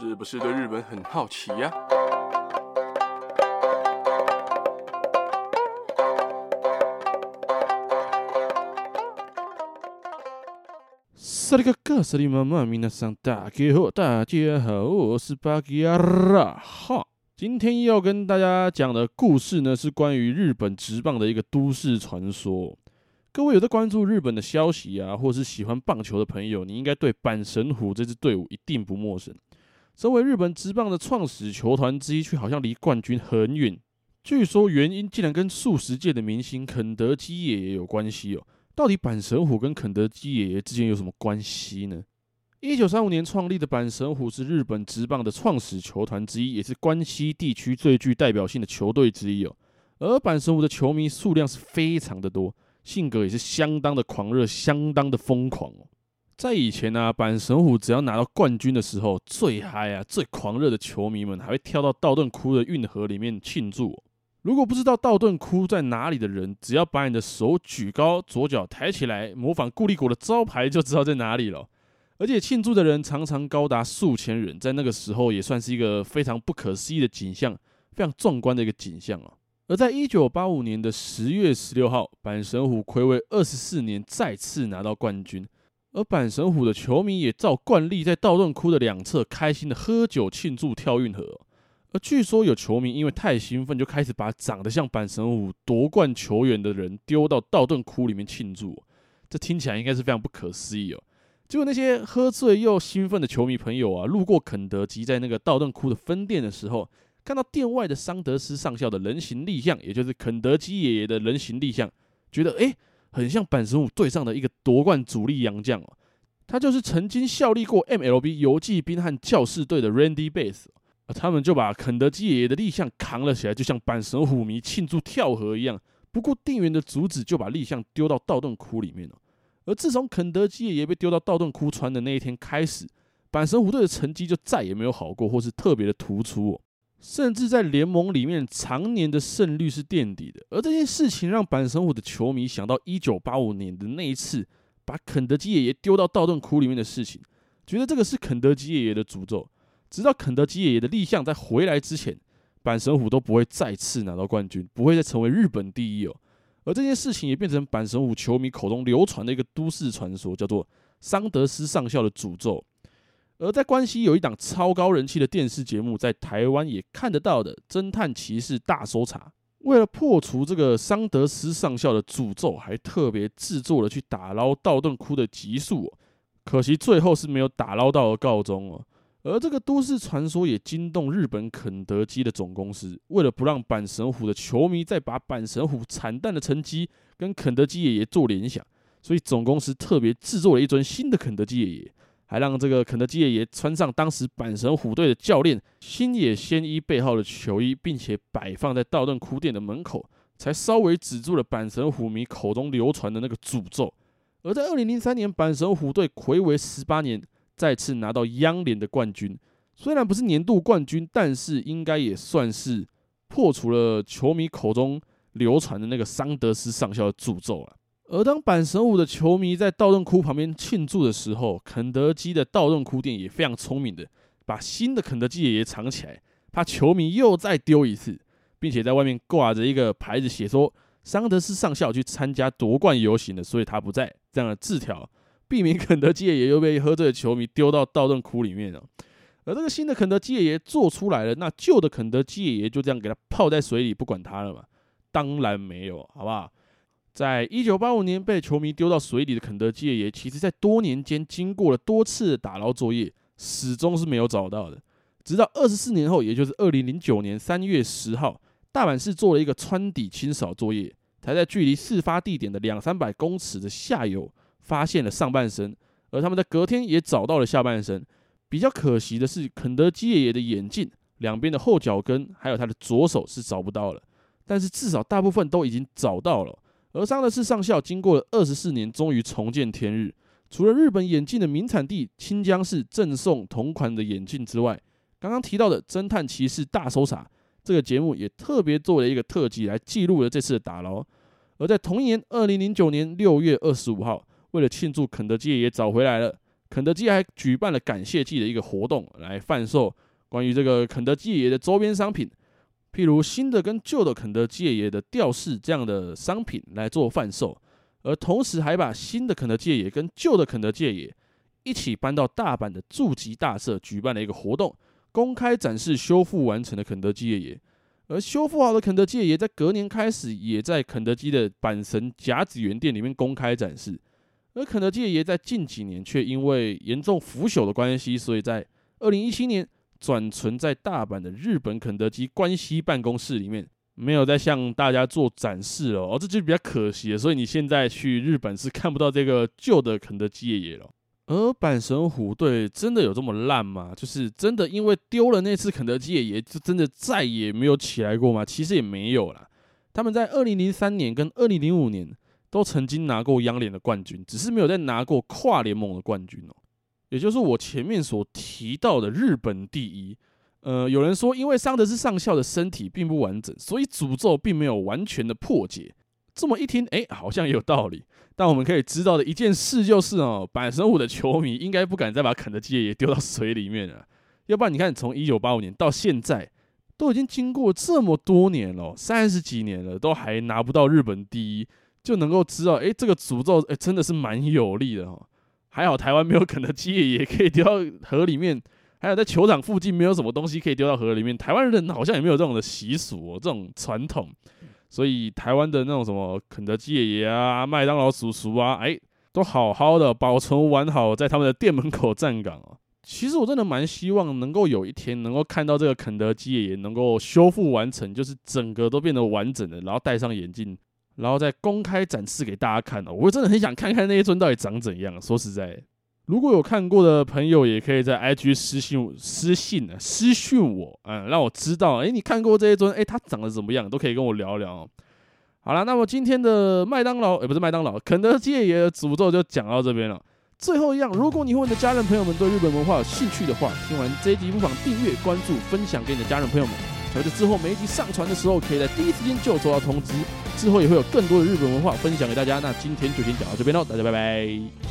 是不是对日本很好奇呀？ 萨利嘎萨利妈妈，皆さん大家好，我是巴吉亚拉哈。今天要跟大家讲的故事呢，是关于日本职棒的一个都市传说。各位有在关注日本的消息啊，或是喜欢棒球的朋友，你应该对阪神虎这支队伍一定不陌生。身为日本职棒的创始球团之一，却好像离冠军很远。据说原因竟然跟数十届的明星肯德基爷爷有关系哦。到底阪神虎跟肯德基爷爷之间有什么关系呢？1935年创立的阪神虎是日本职棒的创始球团之一，也是关西地区最具代表性的球队之一哦。而阪神虎的球迷数量是非常的多，性格也是相当的狂热，相当的疯狂哦。在以前啊，阪神虎只要拿到冠军的时候，最嗨啊、最狂热的球迷们还会跳到道顿窟的运河里面庆祝哦。如果不知道道顿窟在哪里的人，只要把你的手举高，左脚抬起来，模仿固力果的招牌，就知道在哪里了。而且庆祝的人常常高达数千人，在那个时候也算是一个非常不可思议的景象，非常壮观的一个景象啊。而在1985年的10月16号，阪神虎睽违24年再次拿到冠军，而阪神虎的球迷也照惯例在道顿窟的两侧开心的喝酒庆祝跳运河。而据说有球迷因为太兴奋，就开始把长得像阪神虎夺冠球员的人丢到道顿窟里面庆祝，这听起来应该是非常不可思议哦。结果那些喝醉又兴奋的球迷朋友啊，路过肯德基在那个道顿窟的分店的时候，看到店外的桑德斯上校的人形立像，也就是肯德基爷爷的人形立像，觉得很像阪神虎队上的一个夺冠主力洋将哦。他就是曾经效力过 MLB 游骑兵和教士队的 Randy Bass。他们就把肯德基爷爷的立像扛了起来，就像阪神虎迷庆祝跳河一样。不顾店员的阻止，就把立像丢到道顿窟里面了。而自从肯德基爷爷被丢到道顿窟船的那一天开始，阪神虎队的成绩就再也没有好过，或是特别的突出哦。甚至在联盟里面常年的胜率是垫底的。而这件事情让阪神虎的球迷想到1985年的那一次把肯德基爷爷丢到道顿窟里面的事情，觉得这个是肯德基爷爷的诅咒。直到肯德基爷爷的立像在回来之前，阪神虎都不会再次拿到冠军，不会再成为日本第一哦。而这件事情也变成阪神虎球迷口中流传的一个都市传说，叫做桑德斯上校的诅咒。而在关西有一档超高人气的电视节目，在台湾也看得到的《侦探骑士大搜查》，为了破除这个桑德斯上校的诅咒，还特别制作了去打捞道顿窟的集数哦。可惜最后是没有打捞到而告终哦。而这个都市传说也惊动日本肯德基的总公司，为了不让阪神虎的球迷再把阪神虎惨淡的成绩跟肯德基爷爷做联想，所以总公司特别制作了一尊新的肯德基爷爷，还让这个肯德基爷爷穿上当时阪神虎队的教练星野仙一背号的球衣，并且摆放在道顿窟店的门口，才稍微止住了阪神虎迷口中流传的那个诅咒。而在2003年，阪神虎队睽违18年。再次拿到央联的冠军，虽然不是年度冠军，但是应该也算是破除了球迷口中流传的那个桑德斯上校的诅咒了。而当阪神虎的球迷在道顿窟旁边庆祝的时候，肯德基的道顿窟店也非常聪明的把新的肯德基爷爷藏起来，怕球迷又再丢一次，并且在外面挂着一个牌子，写说桑德斯上校去参加夺冠游行了，所以他不在，这样的字条。避免肯德基爷爷又被喝醉的球迷丢到道顿窟里面了。而这个新的肯德基爷爷做出来了，那旧的肯德基爷爷就这样给他泡在水里不管他了嘛？当然没有，好不好？在1985年被球迷丢到水里的肯德基爷爷，其实在多年间经过了多次的打捞作业，始终是没有找到的。直到24年后，也就是2009年3月10号，大阪市做了一个川底清扫作业，才在距离事发地点的200-300公尺的下游发现了上半身，而他们在隔天也找到了下半身。比较可惜的是，肯德基爷爷的眼镜、两边的后脚跟，还有他的左手是找不到了，但是至少大部分都已经找到了。而桑德斯上校经过了24年，终于重见天日。除了日本眼镜的名产地清江市赠送同款的眼镜之外，刚刚提到的《侦探骑士大搜查》这个节目也特别做了一个特辑来记录了这次的打捞。而在同一年2009年6月25号，为了庆祝肯德基爷爷找回来了， 肯德基还举办了感谢季的一个活动，来贩售关于这个肯德基爷爷的周边商品，譬如新的跟旧的肯德基爷爷的吊饰这样的商品来做贩售，而同时还把新的肯德基爷爷跟旧的肯德基爷爷一起搬到大阪的筑吉大社举办了一个活动，公开展示修复完成的肯德基爷爷。而修复好的肯德基爷爷在隔年开始也在肯德基的阪神甲子园店里面公开展示。而肯德基爷爷在近几年却因为严重腐朽的关系，所以在2017年转存在大阪的日本肯德基关西办公室里面，没有再向大家做展示了。这就比较可惜了。所以你现在去日本是看不到这个旧的肯德基爷爷了。而阪神虎队真的有这么烂吗？就是真的因为丢了那次肯德基爷爷，就真的再也没有起来过吗？其实也没有啦。他们在2003年跟2005年都曾经拿过央联的冠军，只是没有再拿过跨联盟的冠军哦。也就是我前面所提到的日本第一。有人说因为桑德斯上校的身体并不完整，所以诅咒并没有完全的破解。这么一听，好像也有道理。但我们可以知道的一件事就是阪神虎的球迷应该不敢再把肯德基爷爷丢到水里面了。要不然你看，从1985年到现在，都已经经过这么多年了，30几年了，都还拿不到日本第一，就能够知道，这个诅咒真的是蛮有力的哦。还好台湾没有肯德基爷爷可以丢到河里面，还有在球场附近没有什么东西可以丢到河里面。台湾人好像也没有这种的习俗这种传统。所以台湾的那种什么肯德基爷爷啊、麦当劳叔叔啊，都好好的保存完好，在他们的店门口站岗哦。其实我真的蛮希望能够有一天能够看到这个肯德基爷爷能够修复完成，就是整个都变得完整的，然后戴上眼镜，然后再公开展示给大家看哦。我真的很想看看那一尊到底长怎样。说实在，如果有看过的朋友，也可以在 IG 私讯我，让我知道，你看过这一尊，它长得怎么样，都可以跟我聊聊哦。好了，那么今天的不是麦当劳，肯德基爷爷的诅咒就讲到这边了。最后一样，如果你和你的家人朋友们对日本文化有兴趣的话，听完这一集不妨订阅、关注、分享给你的家人朋友们，才会在之后每一集上传的时候，可以在第一时间就收到通知。之后也会有更多的日本文化分享给大家。那今天就先讲到这边喽，大家拜拜。